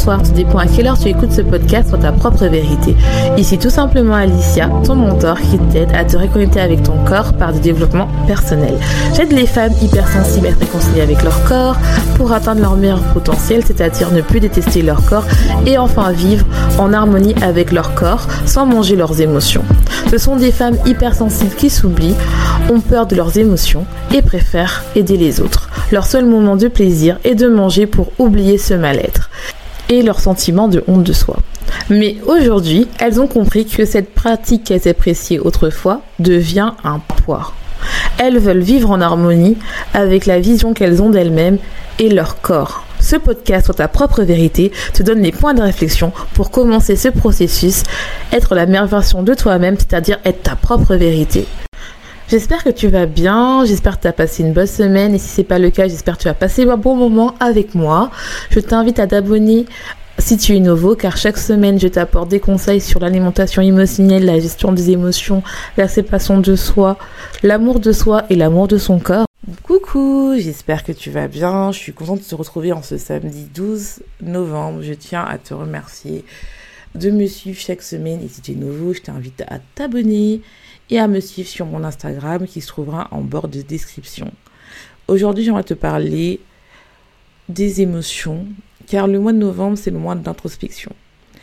bonsoir, tout dépend à quelle heure tu écoutes ce podcast sur ta propre vérité. Ici tout simplement Alicia, ton mentor qui t'aide à te reconnecter avec ton corps par du développement personnel. J'aide les femmes hypersensibles à se réconcilier avec leur corps pour atteindre leur meilleur potentiel, c'est-à-dire ne plus détester leur corps et enfin vivre en harmonie avec leur corps sans manger leurs émotions. Ce sont des femmes hypersensibles qui s'oublient, ont peur de leurs émotions et préfèrent aider les autres. Leur seul moment de plaisir est de manger pour oublier ce mal-être et leur sentiment de honte de soi. Mais aujourd'hui, elles ont compris que cette pratique qu'elles appréciaient autrefois devient un poids. Elles veulent vivre en harmonie avec la vision qu'elles ont d'elles-mêmes et leur corps. Ce podcast sur ta propre vérité te donne les points de réflexion pour commencer ce processus, être la meilleure version de toi-même, c'est-à-dire être ta propre vérité. J'espère que tu vas bien, j'espère que tu as passé une bonne semaine et si c'est pas le cas, j'espère que tu vas passer un bon moment avec moi. Je t'invite à t'abonner si tu es nouveau car chaque semaine je t'apporte des conseils sur l'alimentation émotionnelle, la gestion des émotions, l'acceptation de soi, l'amour de soi et l'amour de son corps. Coucou, j'espère que tu vas bien, je suis contente de te retrouver en ce samedi 12 novembre. Je tiens à te remercier de me suivre chaque semaine et si tu es nouveau, je t'invite à t'abonner et à me suivre sur mon Instagram qui se trouvera en bord de description. Aujourd'hui, j'aimerais te parler des émotions, car le mois de novembre, c'est le mois d'introspection.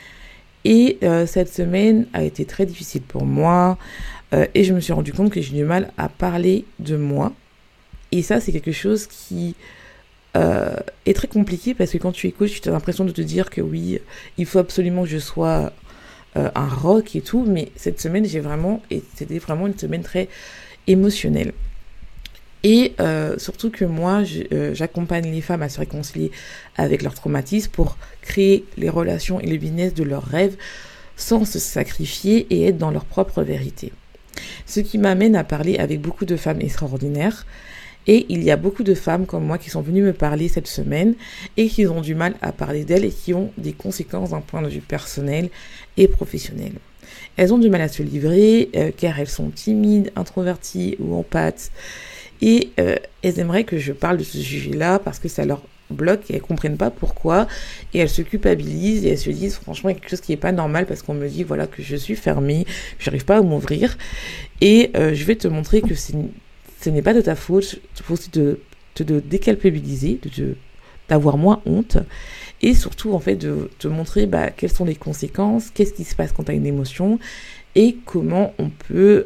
Et cette semaine a été très difficile pour moi et je me suis rendu compte que j'ai du mal à parler de moi. Et ça, c'est quelque chose qui est très compliqué parce que quand tu écoutes, tu as l'impression de te dire que oui, il faut absolument que je sois un rock et tout, mais cette semaine c'était vraiment une semaine très émotionnelle et surtout que moi j'accompagne les femmes à se réconcilier avec leur traumatisme pour créer les relations et le business de leurs rêves sans se sacrifier et être dans leur propre vérité, ce qui m'amène à parler avec beaucoup de femmes extraordinaires. Et il y a beaucoup de femmes comme moi qui sont venues me parler cette semaine et qui ont du mal à parler d'elles et qui ont des conséquences d'un point de vue personnel et professionnel. Elles ont du mal à se livrer car elles sont timides, introverties ou empathes. Et elles aimeraient que je parle de ce sujet-là parce que ça leur bloque et elles ne comprennent pas pourquoi. Et elles se culpabilisent et elles se disent franchement il y a quelque chose qui n'est pas normal parce qu'on me dit voilà que je suis fermée, que je n'arrive pas à m'ouvrir. Et je vais te montrer que ce n'est pas de ta faute, il faut aussi te déculpabiliser, d'avoir moins honte et surtout en fait de te montrer quelles sont les conséquences, qu'est-ce qui se passe quand tu as une émotion et comment on peut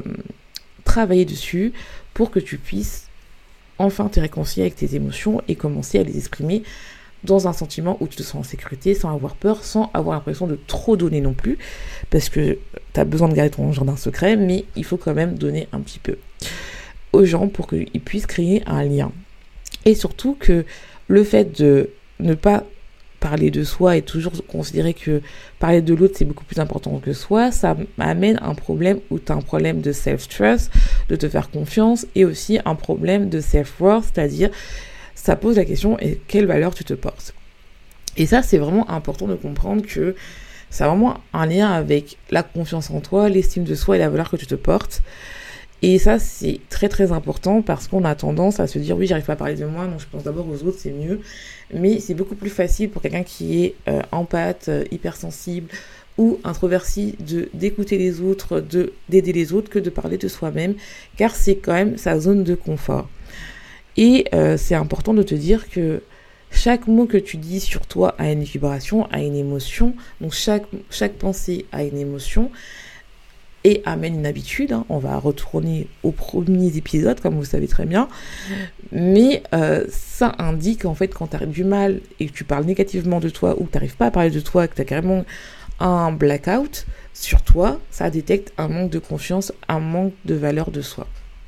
travailler dessus pour que tu puisses enfin te réconcilier avec tes émotions et commencer à les exprimer dans un sentiment où tu te sens en sécurité, sans avoir peur, sans avoir l'impression de trop donner non plus, parce que tu as besoin de garder ton jardin secret, mais il faut quand même donner un petit peu aux gens pour qu'ils puissent créer un lien. Et surtout que le fait de ne pas parler de soi et toujours considérer que parler de l'autre c'est beaucoup plus important que soi, ça amène un problème où tu as un problème de self-trust, de te faire confiance et aussi un problème de self-worth, c'est-à-dire ça pose la question et quelle valeur tu te portes. Et ça c'est vraiment important de comprendre que ça a vraiment un lien avec la confiance en toi, l'estime de soi et la valeur que tu te portes. Et ça, c'est très très important parce qu'on a tendance à se dire oui, j'arrive pas à parler de moi, donc je pense d'abord aux autres, c'est mieux. Mais c'est beaucoup plus facile pour quelqu'un qui est empathe, hypersensible ou introverti d'écouter les autres, d'aider les autres que de parler de soi-même, car c'est quand même sa zone de confort. Et c'est important de te dire que chaque mot que tu dis sur toi a une vibration, a une émotion, donc chaque pensée a une émotion. Et amène une habitude, on va retourner aux premiers épisodes, comme vous savez très bien, mais ça indique en fait quand tu as du mal et que tu parles négativement de toi ou que tu n'arrives pas à parler de toi, que tu as carrément un blackout sur toi, ça détecte un manque de confiance, un manque de valeur de soi.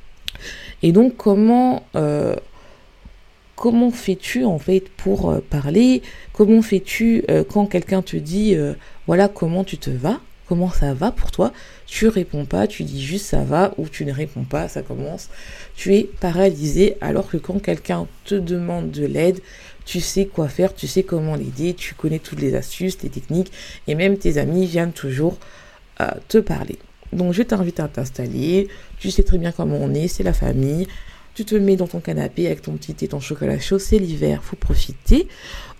Et donc comment fais-tu en fait pour parler? Comment fais-tu quand quelqu'un te dit voilà comment tu te vas? Comment ça va pour toi? Tu réponds pas, tu dis juste ça va ou tu ne réponds pas, ça commence. Tu es paralysé alors que quand quelqu'un te demande de l'aide, tu sais quoi faire, tu sais comment l'aider, tu connais toutes les astuces, les techniques et même tes amis viennent toujours te parler. Donc je t'invite à t'installer, tu sais très bien comment on est, c'est la famille. Tu te mets dans ton canapé avec ton petit thé, ton chocolat chaud, c'est l'hiver, faut profiter.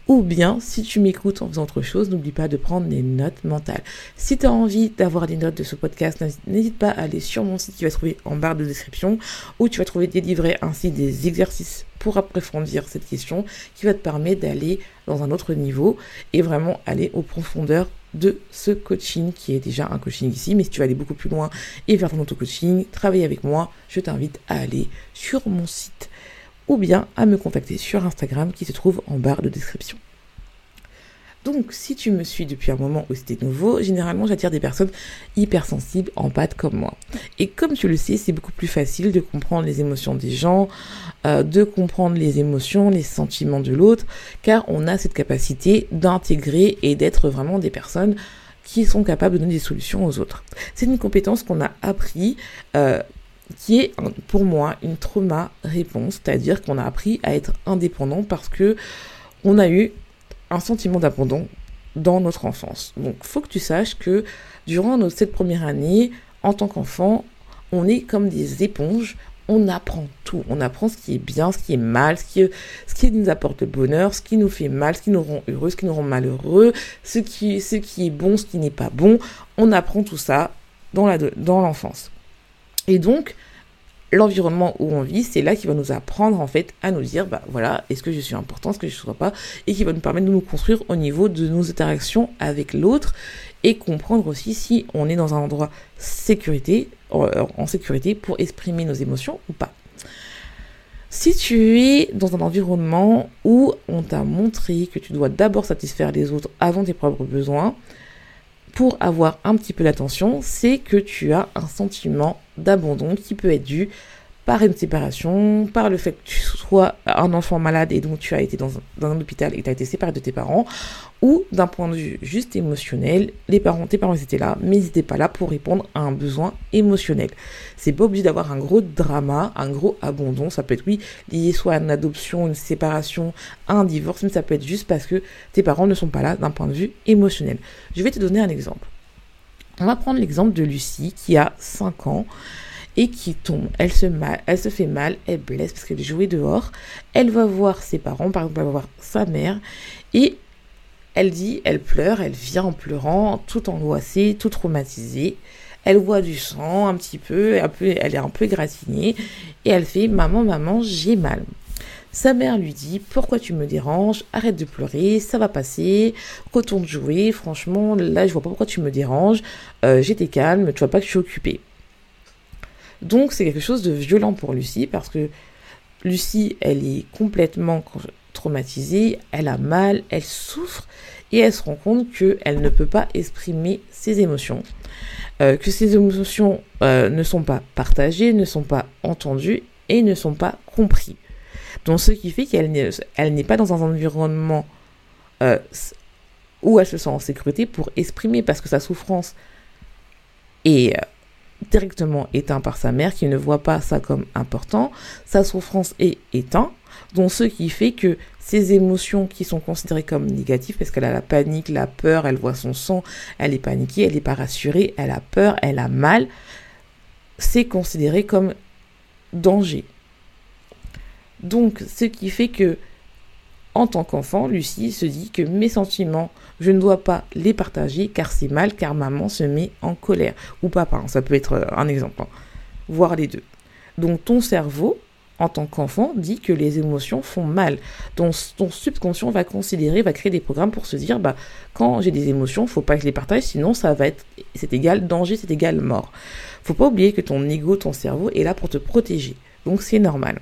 Ou bien, si tu m'écoutes en faisant autre chose, n'oublie pas de prendre des notes mentales. Si tu as envie d'avoir des notes de ce podcast, n'hésite pas à aller sur mon site, tu vas trouver en barre de description, où tu vas trouver des livrets ainsi des exercices pour approfondir cette question qui va te permettre d'aller dans un autre niveau et vraiment aller aux profondeurs de ce coaching qui est déjà un coaching ici. Mais si tu veux aller beaucoup plus loin et faire ton auto-coaching, travailler avec moi, je t'invite à aller sur mon site ou bien à me contacter sur Instagram qui se trouve en barre de description. Donc, si tu me suis depuis un moment ou si t'es nouveau, généralement, j'attire des personnes hypersensibles, empathes comme moi. Et comme tu le sais, c'est beaucoup plus facile de comprendre les émotions des gens, de comprendre les émotions, les sentiments de l'autre, car on a cette capacité d'intégrer et d'être vraiment des personnes qui sont capables de donner des solutions aux autres. C'est une compétence qu'on a appris, qui est pour moi une trauma réponse, c'est-à-dire qu'on a appris à être indépendant parce que on a eu un sentiment d'abandon dans notre enfance. Donc, faut que tu saches que durant cette première année, en tant qu'enfant, on est comme des éponges, on apprend tout. On apprend ce qui est bien, ce qui est mal, ce qui nous apporte le bonheur, ce qui nous fait mal, ce qui nous rend heureux, ce qui nous rend malheureux, ce qui est bon, ce qui n'est pas bon. On apprend tout ça dans l'enfance. Et donc, l'environnement où on vit, c'est là qui va nous apprendre en fait à nous dire, voilà, est-ce que je suis important, est-ce que je ne suis pas, et qui va nous permettre de nous construire au niveau de nos interactions avec l'autre et comprendre aussi si on est dans un endroit en sécurité pour exprimer nos émotions ou pas. Si tu es dans un environnement où on t'a montré que tu dois d'abord satisfaire les autres avant tes propres besoins, pour avoir un petit peu d'attention, c'est que tu as un sentiment d'abandon qui peut être dû par une séparation, par le fait que tu sois un enfant malade et donc tu as été dans un hôpital et tu as été séparé de tes parents, ou d'un point de vue juste émotionnel, tes parents étaient là, mais ils n'étaient pas là pour répondre à un besoin émotionnel. C'est pas obligé d'avoir un gros drama, un gros abandon, ça peut être lié soit à une adoption, une séparation, à un divorce, mais ça peut être juste parce que tes parents ne sont pas là d'un point de vue émotionnel. Je vais te donner un exemple. On va prendre l'exemple de Lucie qui a 5 ans et qui tombe, elle se fait mal, elle blesse parce qu'elle jouait dehors, elle va voir ses parents, par exemple elle va voir sa mère et elle pleure, elle vient en pleurant, toute angoissée, toute traumatisée, elle voit du sang un petit peu, elle est un peu égratignée et elle fait « Maman, j'ai mal ». Sa mère lui dit « Pourquoi tu me déranges? Arrête de pleurer, ça va passer, retourne jouer, franchement, là je vois pas pourquoi tu me déranges, j'étais calme, tu vois pas que je suis occupée ». Donc c'est quelque chose de violent pour Lucie parce que Lucie, elle est complètement traumatisée, elle a mal, elle souffre et elle se rend compte qu'elle ne peut pas exprimer ses émotions, que ses émotions ne sont pas partagées, ne sont pas entendues et ne sont pas comprises. Donc ce qui fait qu'elle n'est pas dans un environnement où elle se sent en sécurité pour exprimer parce que sa souffrance est directement éteinte par sa mère qui ne voit pas ça comme important, sa souffrance est éteinte, donc ce qui fait que ces émotions qui sont considérées comme négatives, parce qu'elle a la panique, la peur, elle voit son sang, elle est paniquée, elle n'est pas rassurée, elle a peur, elle a mal, c'est considéré comme danger. Donc ce qui fait que en tant qu'enfant, Lucie se dit que mes sentiments, je ne dois pas les partager car c'est mal, car maman se met en colère. Ou papa, ça peut être un exemple, voire les deux. Donc ton cerveau, en tant qu'enfant, dit que les émotions font mal. Donc ton subconscient va créer des programmes pour se dire, quand j'ai des émotions, il ne faut pas que je les partage, sinon c'est égal danger, c'est égal mort. Il ne faut pas oublier que ton ego, ton cerveau est là pour te protéger. Donc c'est normal.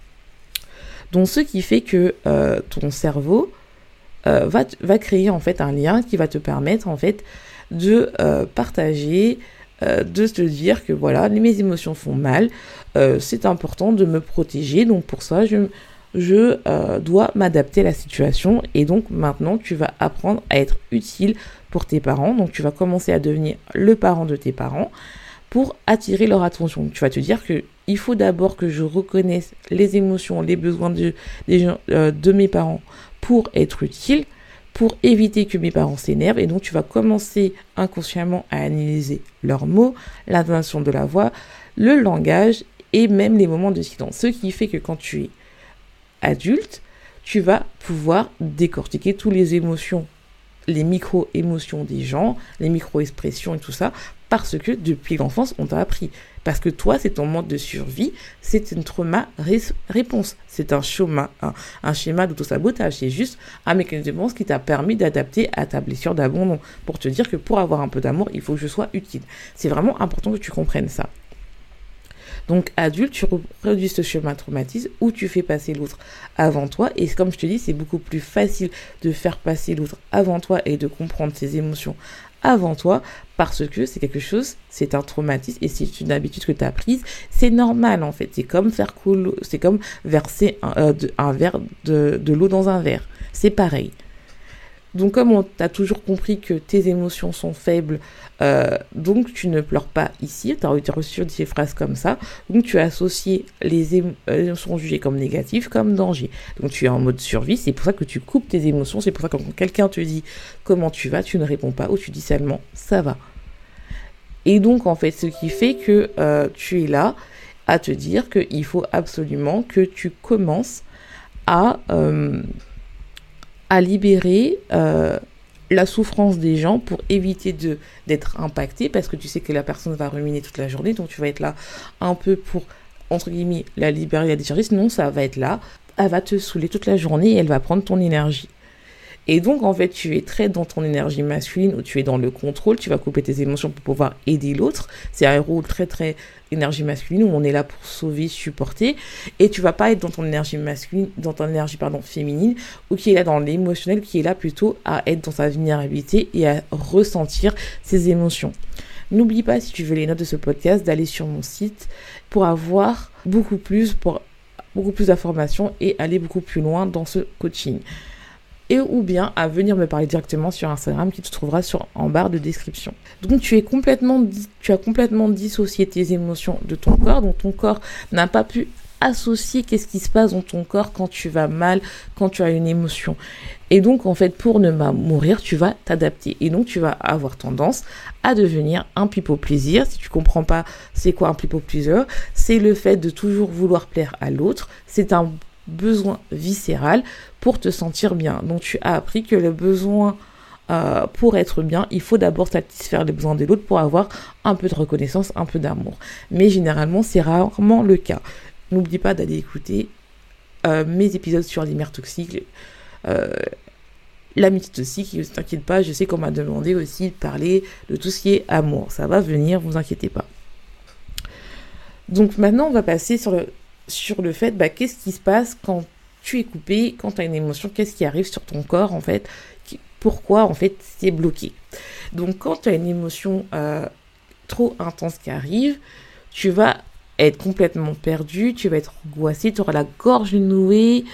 Donc ce qui fait que ton cerveau va créer en fait un lien qui va te permettre en fait de partager, de te dire que voilà, mes émotions font mal, c'est important de me protéger, donc pour ça je dois m'adapter à la situation et donc maintenant tu vas apprendre à être utile pour tes parents, donc tu vas commencer à devenir le parent de tes parents pour attirer leur attention. Tu vas te dire que il faut d'abord que je reconnaisse les émotions, les besoins de mes parents pour être utile, pour éviter que mes parents s'énervent. Et donc, tu vas commencer inconsciemment à analyser leurs mots, l'intonation de la voix, le langage et même les moments de silence. Ce qui fait que quand tu es adulte, tu vas pouvoir décortiquer toutes les émotions, les micro-émotions des gens, les micro-expressions et tout ça, parce que depuis l'enfance, on t'a appris. Parce que toi, c'est ton mode de survie, c'est une trauma-réponse. C'est un schéma d'autosabotage. C'est juste un mécanisme de défense qui t'a permis d'adapter à ta blessure d'abandon. Pour te dire que pour avoir un peu d'amour, il faut que je sois utile. C'est vraiment important que tu comprennes ça. Donc, adulte, tu reproduis ce schéma traumatisme où tu fais passer l'autre avant toi. Et comme je te dis, c'est beaucoup plus facile de faire passer l'autre avant toi et de comprendre ses émotions avant toi parce que c'est quelque chose, c'est un traumatisme et c'est une habitude que tu as prise. C'est normal en fait. C'est comme c'est comme verser un verre de l'eau dans un verre. C'est pareil. Donc comme on t'a toujours compris que tes émotions sont faibles, donc tu ne pleures pas ici, tu as reçu des phrases comme ça, donc tu as associé les émotions jugées comme négatives, comme danger. Donc tu es en mode survie, c'est pour ça que tu coupes tes émotions, c'est pour ça que quand quelqu'un te dit comment tu vas, tu ne réponds pas ou tu dis seulement ça va. Et donc en fait ce qui fait que tu es là à te dire qu'il faut absolument que tu commences à libérer la souffrance des gens pour éviter d'être impacté parce que tu sais que la personne va ruminer toute la journée, donc tu vas être là un peu pour, entre guillemets, la libérer, la décharger, sinon ça va être là, elle va te saouler toute la journée et elle va prendre ton énergie. Et donc, en fait, tu es très dans ton énergie masculine où tu es dans le contrôle, tu vas couper tes émotions pour pouvoir aider l'autre. C'est un rôle très, très énergie masculine où on est là pour sauver, supporter. Et tu vas pas être dans ton énergie masculine, féminine, ou qui est là dans l'émotionnel, qui est là plutôt à être dans sa vulnérabilité et à ressentir ses émotions. N'oublie pas, si tu veux les notes de ce podcast, d'aller sur mon site pour avoir beaucoup plus d'informations et aller beaucoup plus loin dans ce coaching. Et ou bien à venir me parler directement sur Instagram qui te trouvera en barre de description. Donc tu as complètement dissocié tes émotions de ton corps, donc ton corps n'a pas pu associer qu'est-ce qui se passe dans ton corps quand tu vas mal, quand tu as une émotion. Et donc en fait pour ne pas mourir, tu vas t'adapter et donc tu vas avoir tendance à devenir un people pleaser. Si tu comprends pas c'est quoi un people pleaser, c'est le fait de toujours vouloir plaire à l'autre, c'est un besoin viscéral pour te sentir bien. Donc tu as appris que le besoin pour être bien, il faut d'abord satisfaire les besoins de l'autre pour avoir un peu de reconnaissance, un peu d'amour. Mais généralement, c'est rarement le cas. N'oublie pas d'aller écouter mes épisodes sur les mères toxiques, l'amitié toxique, ne t'inquiète pas, je sais qu'on m'a demandé aussi de parler de tout ce qui est amour. Ça va venir, vous inquiétez pas. Donc maintenant, on va passer sur le fait, qu'est-ce qui se passe quand tu es coupé, quand tu as une émotion, qu'est-ce qui arrive sur ton corps, en fait, pourquoi, en fait, c'est bloqué. Donc, quand tu as une émotion trop intense qui arrive, tu vas être complètement perdu, tu vas être angoissé, tu auras la gorge nouée,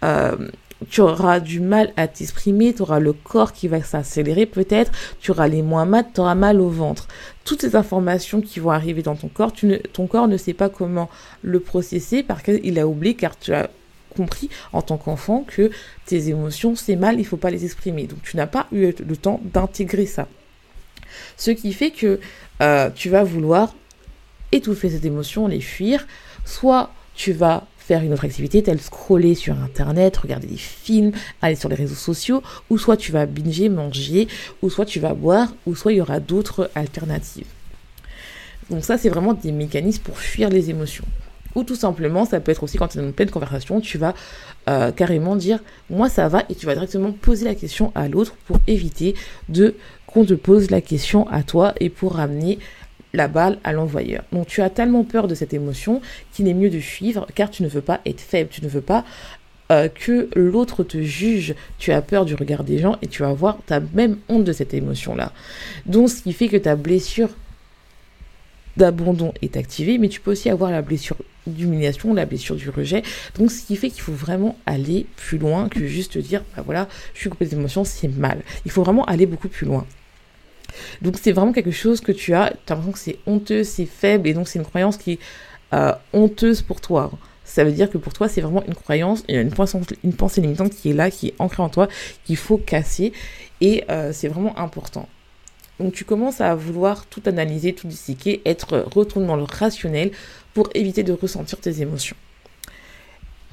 tu auras du mal à t'exprimer, tu auras le corps qui va s'accélérer peut-être, tu auras les moins mat, tu auras mal au ventre. Toutes ces informations qui vont arriver dans ton corps, ton corps ne sait pas comment le processer parce qu'il a oublié, car tu as compris en tant qu'enfant que tes émotions, c'est mal, il faut pas les exprimer. Donc tu n'as pas eu le temps d'intégrer ça. Ce qui fait que tu vas vouloir étouffer cette émotion, les fuir, soit tu vas faire une autre activité, telle scroller sur internet, regarder des films, aller sur les réseaux sociaux, ou soit tu vas binger, manger, ou soit tu vas boire, ou soit il y aura d'autres alternatives. Donc ça, c'est vraiment des mécanismes pour fuir les émotions. Ou tout simplement, ça peut être aussi quand tu es dans une pleine conversation, tu vas carrément dire « moi ça va » et tu vas directement poser la question à l'autre pour éviter qu'on te pose la question à toi et pour ramener la balle à l'envoyeur. Donc tu as tellement peur de cette émotion qu'il est mieux de suivre car tu ne veux pas être faible, tu ne veux pas que l'autre te juge, tu as peur du regard des gens et tu vas voir, tu as même honte de cette émotion-là. Donc ce qui fait que ta blessure d'abandon est activée, mais tu peux aussi avoir la blessure d'humiliation, la blessure du rejet. Donc ce qui fait qu'il faut vraiment aller plus loin que juste dire voilà, je suis coupée des émotions, c'est mal. Il faut vraiment aller beaucoup plus loin. Donc c'est vraiment quelque chose que tu as l'impression que c'est honteux, c'est faible, et donc c'est une croyance qui est honteuse pour toi. Ça veut dire que pour toi c'est vraiment une croyance, une pensée limitante qui est là, qui est ancrée en toi, qu'il faut casser, et c'est vraiment important. Donc tu commences à vouloir tout analyser, tout disséquer, retourner dans le rationnel pour éviter de ressentir tes émotions.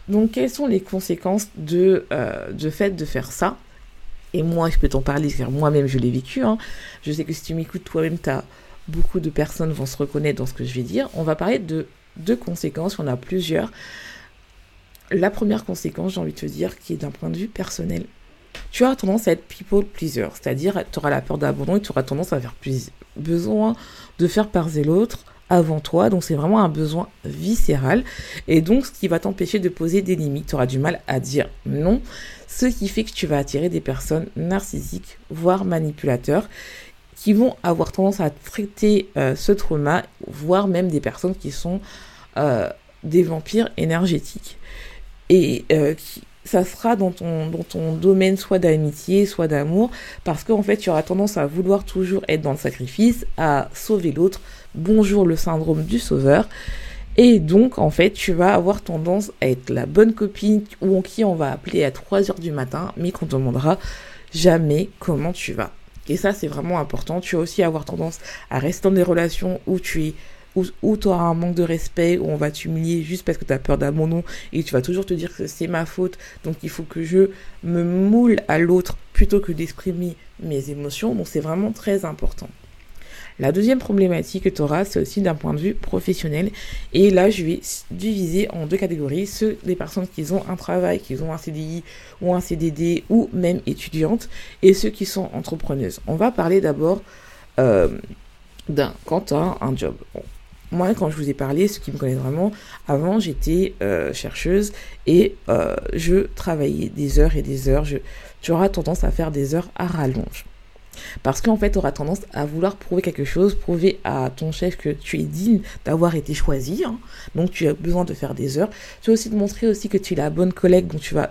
Donc, quelles sont les conséquences de fait de faire ça? Et moi, je peux t'en parler, car moi-même, je l'ai vécu. Je sais que si tu m'écoutes, toi-même, beaucoup de personnes vont se reconnaître dans ce que je vais dire. On va parler de deux conséquences, il y en a plusieurs. La première conséquence, j'ai envie de te dire, qui est d'un point de vue personnel. Tu as tendance à être people pleaser, c'est-à-dire tu auras la peur d'abandon et tu auras tendance à faire besoin de faire parler l'autre avant toi. Donc, c'est vraiment un besoin viscéral. Et donc, ce qui va t'empêcher de poser des limites. Tu auras du mal à dire non. Ce qui fait que tu vas attirer des personnes narcissiques, voire manipulateurs, qui vont avoir tendance à traiter ce trauma, voire même des personnes qui sont des vampires énergétiques. Et ça sera dans ton domaine soit d'amitié, soit d'amour, parce qu'en fait, tu auras tendance à vouloir toujours être dans le sacrifice, à sauver l'autre. Bonjour le syndrome du sauveur. Et donc, en fait, tu vas avoir tendance à être la bonne copine ou en qui on va appeler à 3h du matin, mais qu'on ne demandera jamais comment tu vas. Et ça, c'est vraiment important. Tu vas aussi avoir tendance à rester dans des relations où tu auras un manque de respect, où on va t'humilier juste parce que tu as peur d'abandon et tu vas toujours te dire que c'est ma faute, donc il faut que je me moule à l'autre plutôt que d'exprimer mes émotions. Donc, c'est vraiment très important. La deuxième problématique que tu auras, c'est aussi d'un point de vue professionnel. Et là, je vais diviser en deux catégories. Ceux des personnes qui ont un travail, qui ont un CDI ou un CDD ou même étudiantes, et ceux qui sont entrepreneuses. On va parler d'abord quand tu as un job. Bon. Moi, quand je vous ai parlé, ceux qui me connaissent vraiment, avant, j'étais chercheuse et je travaillais des heures et des heures. Tu auras tendance à faire des heures à rallonge. Parce qu'en fait, tu auras tendance à vouloir prouver quelque chose, prouver à ton chef que tu es digne d'avoir été choisi. Donc, tu as besoin de faire des heures. Tu vas aussi te montrer aussi que tu es la bonne collègue. Donc, tu vas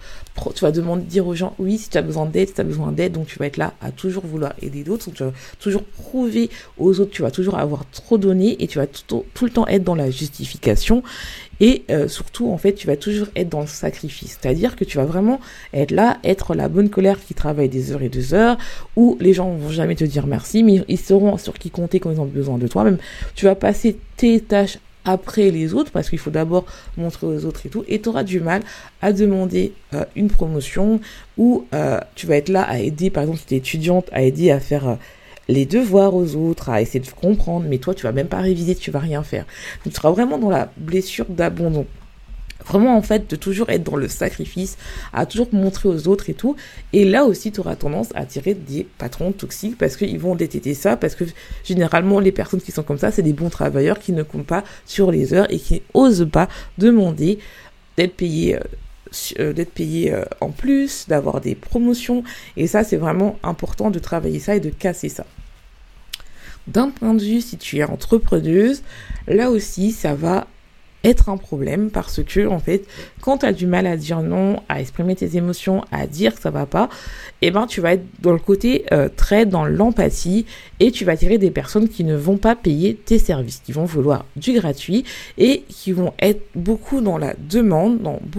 dire aux gens, oui, si tu as besoin d'aide, donc tu vas être là à toujours vouloir aider d'autres. Donc, tu vas toujours prouver aux autres, tu vas toujours avoir trop donné et tu vas tout le temps être dans la justification. Et surtout, en fait, tu vas toujours être dans le sacrifice. C'est-à-dire que tu vas vraiment être là, être la bonne colère qui travaille des heures et des heures, où les gens vont jamais te dire merci, mais ils sauront sur qui compter quand ils ont besoin de toi. Même, tu vas passer tes tâches après les autres, parce qu'il faut d'abord montrer aux autres et tout, et tu auras du mal à demander une promotion, ou tu vas être là à aider, par exemple, si tu es étudiante, à aider à faire les devoirs aux autres, à essayer de comprendre, mais toi, tu vas même pas réviser, tu vas rien faire. Donc, tu seras vraiment dans la blessure d'abandon. Vraiment, en fait, de toujours être dans le sacrifice, à toujours montrer aux autres et tout. Et là aussi, tu auras tendance à attirer des patrons toxiques parce qu'ils vont détester ça, parce que généralement, les personnes qui sont comme ça, c'est des bons travailleurs qui ne comptent pas sur les heures et qui n'osent pas demander d'être payés en plus, d'avoir des promotions. Et ça, c'est vraiment important de travailler ça et de casser ça. D'un point de vue, si tu es entrepreneuse, là aussi, ça va être un problème parce que, en fait, quand tu as du mal à dire non, à exprimer tes émotions, à dire que ça va pas, tu vas être dans le côté très dans l'empathie et tu vas attirer des personnes qui ne vont pas payer tes services, qui vont vouloir du gratuit et qui vont être beaucoup dans la demande,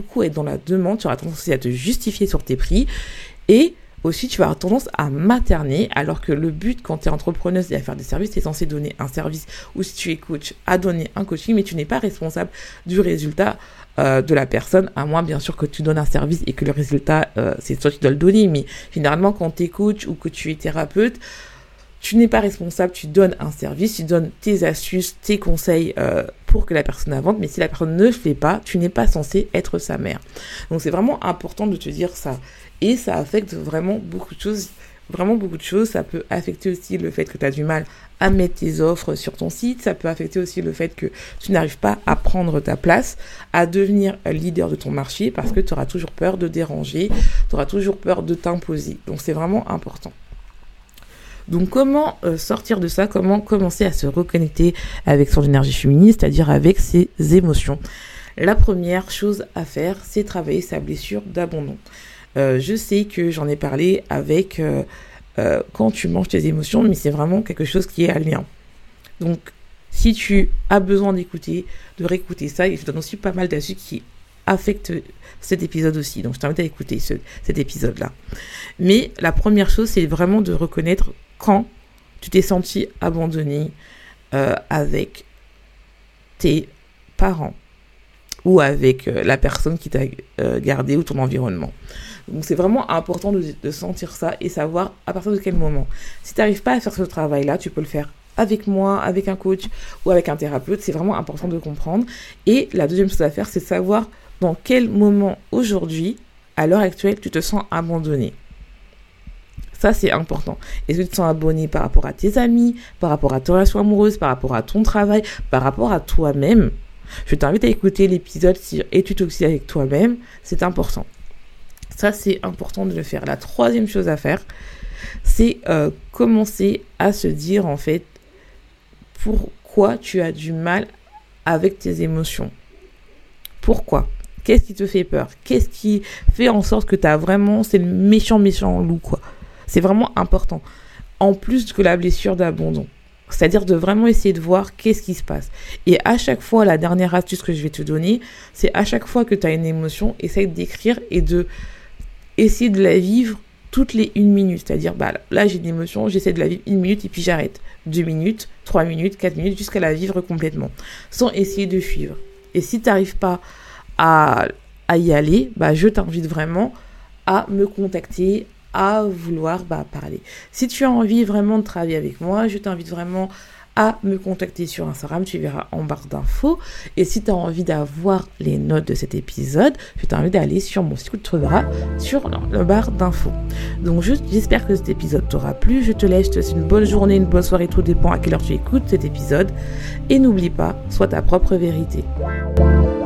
tu auras tendance à te justifier sur tes prix et aussi, tu vas avoir tendance à materner, alors que le but, quand tu es entrepreneuse et à faire des services, tu es censé donner un service, ou si tu es coach, à donner un coaching, mais tu n'es pas responsable du résultat de la personne, à moins bien sûr que tu donnes un service et que le résultat, c'est toi qui dois le donner. Mais généralement, quand tu es coach ou que tu es thérapeute, tu n'es pas responsable, tu donnes un service, tu donnes tes astuces, tes conseils pour que la personne avance, mais si la personne ne le fait pas, tu n'es pas censé être sa mère. Donc c'est vraiment important de te dire ça. Et ça affecte vraiment beaucoup de choses. Ça peut affecter aussi le fait que tu as du mal à mettre tes offres sur ton site. Ça peut affecter aussi le fait que tu n'arrives pas à prendre ta place, à devenir leader de ton marché parce que tu auras toujours peur de déranger, tu auras toujours peur de t'imposer. Donc c'est vraiment important. Donc comment sortir de ça, comment commencer à se reconnecter avec son énergie féminine, c'est-à-dire avec ses émotions. La première chose à faire, c'est travailler sa blessure d'abandon. Je sais que j'en ai parlé avec quand tu manges tes émotions, mais c'est vraiment quelque chose qui est à lien. Donc, si tu as besoin d'écouter, de réécouter ça, et je donne aussi pas mal d'astuces qui affectent cet épisode aussi. Donc, je t'invite à écouter cet épisode-là. Mais la première chose, c'est vraiment de reconnaître quand tu t'es senti abandonné avec tes parents, ou avec la personne qui t'a gardé ou ton environnement. Donc c'est vraiment important de sentir ça et savoir à partir de quel moment. Si tu n'arrives pas à faire ce travail-là, tu peux le faire avec moi, avec un coach ou avec un thérapeute. C'est vraiment important de comprendre. Et la deuxième chose à faire, c'est savoir dans quel moment aujourd'hui, à l'heure actuelle, tu te sens abandonné. Ça, c'est important. Est-ce que tu te sens abandonné par rapport à tes amis, par rapport à ta relation amoureuse, par rapport à ton travail, par rapport à toi-même? Je t'invite à écouter l'épisode sur « Es-tu toxique avec toi-même ?» C'est important. Ça, c'est important de le faire. La troisième chose à faire, c'est commencer à se dire, en fait, pourquoi tu as du mal avec tes émotions. Pourquoi? Qu'est-ce qui te fait peur? Qu'est-ce qui fait en sorte que c'est le méchant loup, quoi. C'est vraiment important. En plus que la blessure d'abandon. C'est-à-dire de vraiment essayer de voir qu'est-ce qui se passe. Et à chaque fois, la dernière astuce que je vais te donner, c'est à chaque fois que tu as une émotion, essaye d'écrire et de essayer de la vivre toutes les 1 minute. C'est-à-dire, là, j'ai une émotion, j'essaie de la vivre 1 minute et puis j'arrête. 2 minutes, 3 minutes, 4 minutes, jusqu'à la vivre complètement. Sans essayer de suivre. Et si tu n'arrives pas à y aller, je t'invite vraiment à me contacter, à vouloir parler. Si tu as envie vraiment de travailler avec moi, je t'invite vraiment à me contacter sur Instagram, tu verras en barre d'infos. Et si tu as envie d'avoir les notes de cet épisode, je t'invite d'aller sur mon site, tu trouveras sur la barre d'infos. Donc j'espère que cet épisode t'aura plu. Je te laisse, je te souhaite une bonne journée, une bonne soirée, tout dépend à quelle heure tu écoutes cet épisode. Et n'oublie pas, sois ta propre vérité.